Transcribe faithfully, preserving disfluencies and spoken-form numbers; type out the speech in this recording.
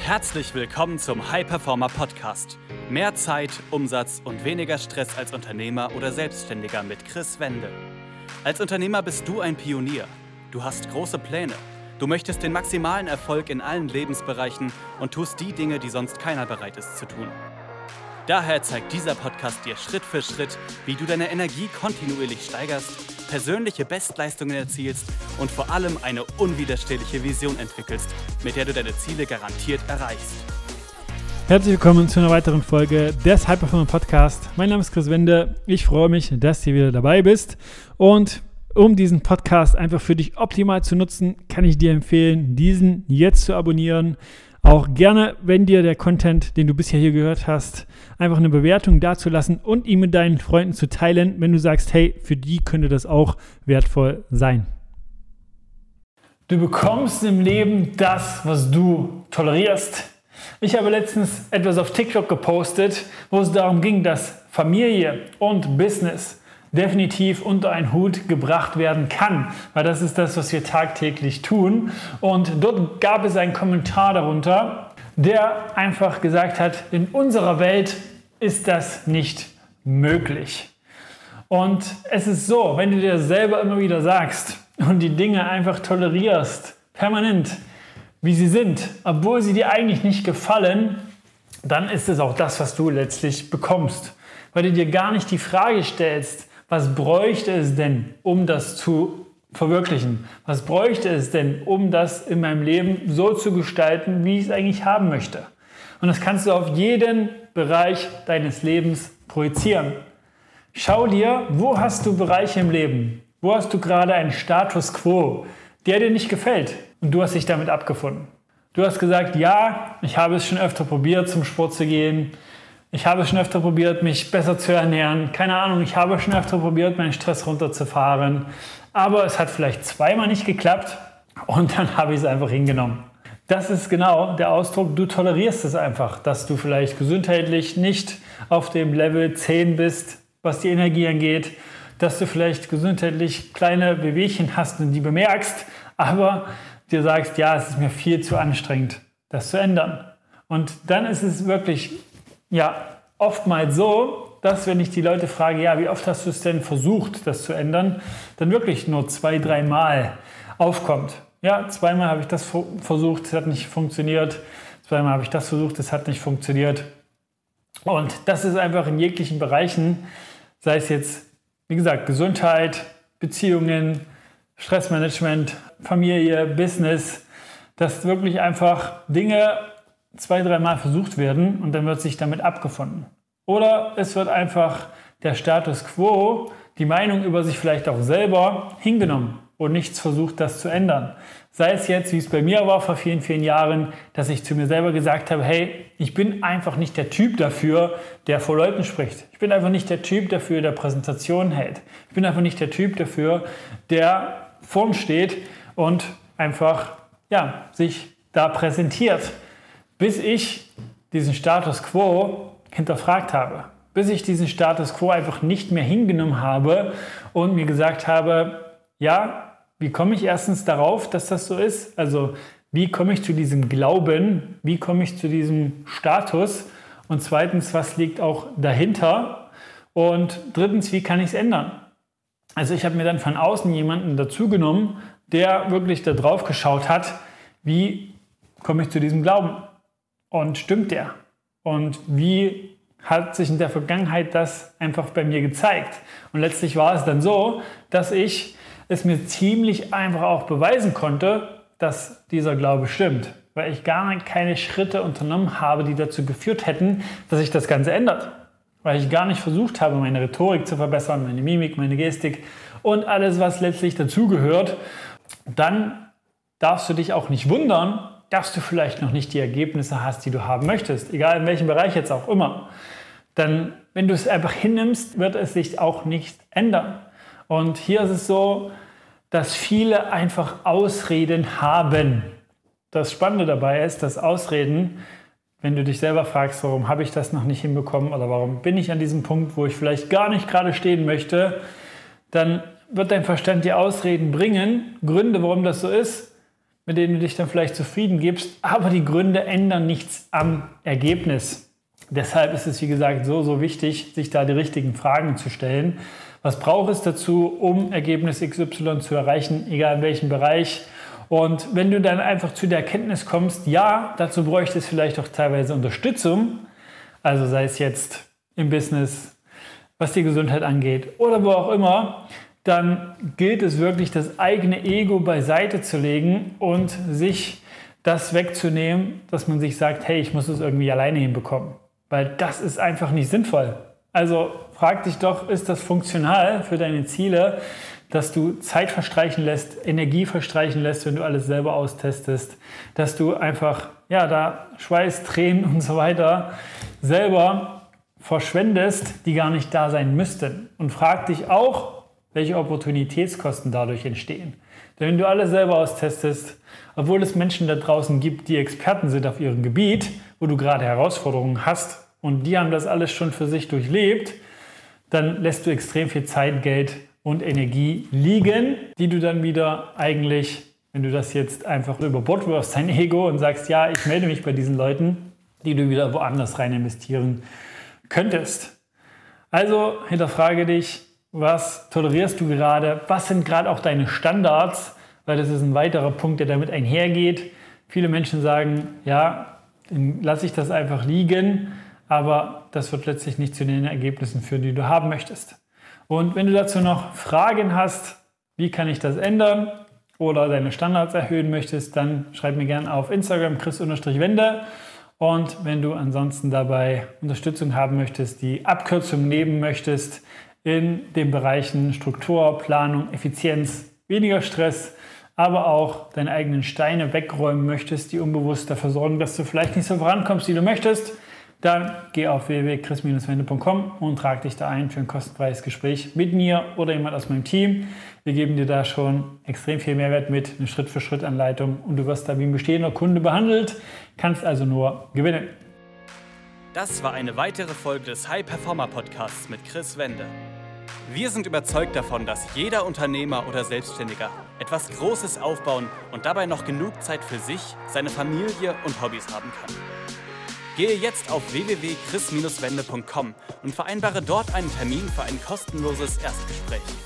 Herzlich willkommen zum High Performer Podcast. Mehr Zeit, Umsatz und weniger Stress als Unternehmer oder Selbstständiger mit Chris Wende. Als Unternehmer bist du ein Pionier. Du hast große Pläne. Du möchtest den maximalen Erfolg in allen Lebensbereichen und tust die Dinge, die sonst keiner bereit ist zu tun. Daher zeigt dieser Podcast dir Schritt für Schritt, wie du deine Energie kontinuierlich steigerst, persönliche Bestleistungen erzielst und vor allem eine unwiderstehliche Vision entwickelst, mit der du deine Ziele garantiert erreichst. Herzlich willkommen zu einer weiteren Folge des High Performer Podcast. Mein Name ist Chris Wende. Ich freue mich, dass du wieder dabei bist. Und um diesen Podcast einfach für dich optimal zu nutzen, kann ich dir empfehlen, diesen jetzt zu abonnieren. Auch gerne, wenn dir der Content, den du bisher hier gehört hast, einfach eine Bewertung dazulassen und ihn mit deinen Freunden zu teilen, wenn du sagst, hey, für die könnte das auch wertvoll sein. Du bekommst im Leben das, was du tolerierst. Ich habe letztens etwas auf TikTok gepostet, wo es darum ging, dass Familie und Business definitiv unter einen Hut gebracht werden kann, weil das ist das, was wir tagtäglich tun. Und dort gab es einen Kommentar darunter, der einfach gesagt hat, in unserer Welt ist das nicht möglich. Und es ist so, wenn du dir selber immer wieder sagst und die Dinge einfach tolerierst, permanent, wie sie sind, obwohl sie dir eigentlich nicht gefallen, dann ist es auch das, was du letztlich bekommst. Weil du dir gar nicht die Frage stellst, was bräuchte es denn, um das zu verwirklichen? Was bräuchte es denn, um das in meinem Leben so zu gestalten, wie ich es eigentlich haben möchte? Und das kannst du auf jeden Bereich deines Lebens projizieren. Schau dir, wo hast du Bereiche im Leben? Wo hast du gerade einen Status quo, der dir nicht gefällt? Und du hast dich damit abgefunden. Du hast gesagt, ja, ich habe es schon öfter probiert, zum Sport zu gehen. Ich habe schon öfter probiert, mich besser zu ernähren. Keine Ahnung, ich habe schon öfter probiert, meinen Stress runterzufahren. Aber es hat vielleicht zweimal nicht geklappt und dann habe ich es einfach hingenommen. Das ist genau der Ausdruck, du tolerierst es einfach, dass du vielleicht gesundheitlich nicht auf dem Level zehn bist, was die Energie angeht, dass du vielleicht gesundheitlich kleine Bewegchen hast und die bemerkst, aber dir sagst, ja, es ist mir viel zu anstrengend, das zu ändern. Und dann ist es wirklich ja, oftmals so, dass wenn ich die Leute frage, ja, wie oft hast du es denn versucht, das zu ändern, dann wirklich nur zwei, drei Mal aufkommt. Ja, zweimal habe ich das versucht, es hat nicht funktioniert. Zweimal habe ich das versucht, es hat nicht funktioniert. Und das ist einfach in jeglichen Bereichen, sei es jetzt, wie gesagt, Gesundheit, Beziehungen, Stressmanagement, Familie, Business, dass wirklich einfach Dinge zwei, dreimal versucht werden und dann wird sich damit abgefunden. Oder es wird einfach der Status quo, die Meinung über sich vielleicht auch selber hingenommen und nichts versucht, das zu ändern. Sei es jetzt, wie es bei mir war vor vielen, vielen Jahren, dass ich zu mir selber gesagt habe, hey, ich bin einfach nicht der Typ dafür, der vor Leuten spricht. Ich bin einfach nicht der Typ dafür, der Präsentationen hält. Ich bin einfach nicht der Typ dafür, der vorn steht und einfach ja, sich da präsentiert. Bis ich diesen Status quo hinterfragt habe, bis ich diesen Status quo einfach nicht mehr hingenommen habe und mir gesagt habe, ja, wie komme ich erstens darauf, dass das so ist? Also wie komme ich zu diesem Glauben, wie komme ich zu diesem Status? Und zweitens, was liegt auch dahinter? Und drittens, wie kann ich es ändern? Also ich habe mir dann von außen jemanden dazu genommen, der wirklich da drauf geschaut hat, wie komme ich zu diesem Glauben? Und stimmt der? Und wie hat sich in der Vergangenheit das einfach bei mir gezeigt? Und letztlich war es dann so, dass ich es mir ziemlich einfach auch beweisen konnte, dass dieser Glaube stimmt. Weil ich gar keine Schritte unternommen habe, die dazu geführt hätten, dass sich das Ganze ändert. Weil ich gar nicht versucht habe, meine Rhetorik zu verbessern, meine Mimik, meine Gestik und alles, was letztlich dazugehört. Dann darfst du dich auch nicht wundern, dass du vielleicht noch nicht die Ergebnisse hast, die du haben möchtest, egal in welchem Bereich jetzt auch immer. Dann, wenn du es einfach hinnimmst, wird es sich auch nicht ändern. Und hier ist es so, dass viele einfach Ausreden haben. Das Spannende dabei ist, dass Ausreden, wenn du dich selber fragst, warum habe ich das noch nicht hinbekommen oder warum bin ich an diesem Punkt, wo ich vielleicht gar nicht gerade stehen möchte, dann wird dein Verstand dir Ausreden bringen, Gründe, warum das so ist, mit denen du dich dann vielleicht zufrieden gibst, aber die Gründe ändern nichts am Ergebnis. Deshalb ist es, wie gesagt, so, so wichtig, sich da die richtigen Fragen zu stellen. Was braucht es dazu, um Ergebnis X Y zu erreichen, egal in welchem Bereich? Und wenn du dann einfach zu der Erkenntnis kommst, ja, dazu bräuchte es vielleicht auch teilweise Unterstützung, also sei es jetzt im Business, was die Gesundheit angeht oder wo auch immer, dann gilt es wirklich, das eigene Ego beiseite zu legen und sich das wegzunehmen, dass man sich sagt, hey, ich muss es irgendwie alleine hinbekommen. Weil das ist einfach nicht sinnvoll. Also frag dich doch, ist das funktional für deine Ziele, dass du Zeit verstreichen lässt, Energie verstreichen lässt, wenn du alles selber austestest, dass du einfach, ja, da Schweiß, Tränen und so weiter selber verschwendest, die gar nicht da sein müssten. Und frag dich auch, welche Opportunitätskosten dadurch entstehen. Denn wenn du alles selber austestest, obwohl es Menschen da draußen gibt, die Experten sind auf ihrem Gebiet, wo du gerade Herausforderungen hast und die haben das alles schon für sich durchlebt, dann lässt du extrem viel Zeit, Geld und Energie liegen, die du dann wieder eigentlich, wenn du das jetzt einfach über Bord wirfst, dein Ego und sagst, ja, ich melde mich bei diesen Leuten, die du wieder woanders rein investieren könntest. Also hinterfrage dich, was tolerierst du gerade, was sind gerade auch deine Standards, weil das ist ein weiterer Punkt, der damit einhergeht. Viele Menschen sagen, ja, dann lasse ich das einfach liegen, aber das wird letztlich nicht zu den Ergebnissen führen, die du haben möchtest. Und wenn du dazu noch Fragen hast, wie kann ich das ändern oder deine Standards erhöhen möchtest, dann schreib mir gerne auf Instagram chris-wende. Und wenn du ansonsten dabei Unterstützung haben möchtest, die Abkürzung nehmen möchtest in den Bereichen Struktur, Planung, Effizienz, weniger Stress, aber auch deine eigenen Steine wegräumen möchtest, die unbewusst dafür sorgen, dass du vielleicht nicht so vorankommst, wie du möchtest, dann geh auf w w w punkt chris wende punkt com und trag dich da ein für ein kostenfreies Gespräch mit mir oder jemand aus meinem Team. Wir geben dir da schon extrem viel Mehrwert mit, eine Schritt-für-Schritt-Anleitung und du wirst da wie ein bestehender Kunde behandelt, kannst also nur gewinnen. Das war eine weitere Folge des High Performer Podcasts mit Chris Wende. Wir sind überzeugt davon, dass jeder Unternehmer oder Selbstständiger etwas Großes aufbauen und dabei noch genug Zeit für sich, seine Familie und Hobbys haben kann. Gehe jetzt auf w w w punkt chris wende punkt com und vereinbare dort einen Termin für ein kostenloses Erstgespräch.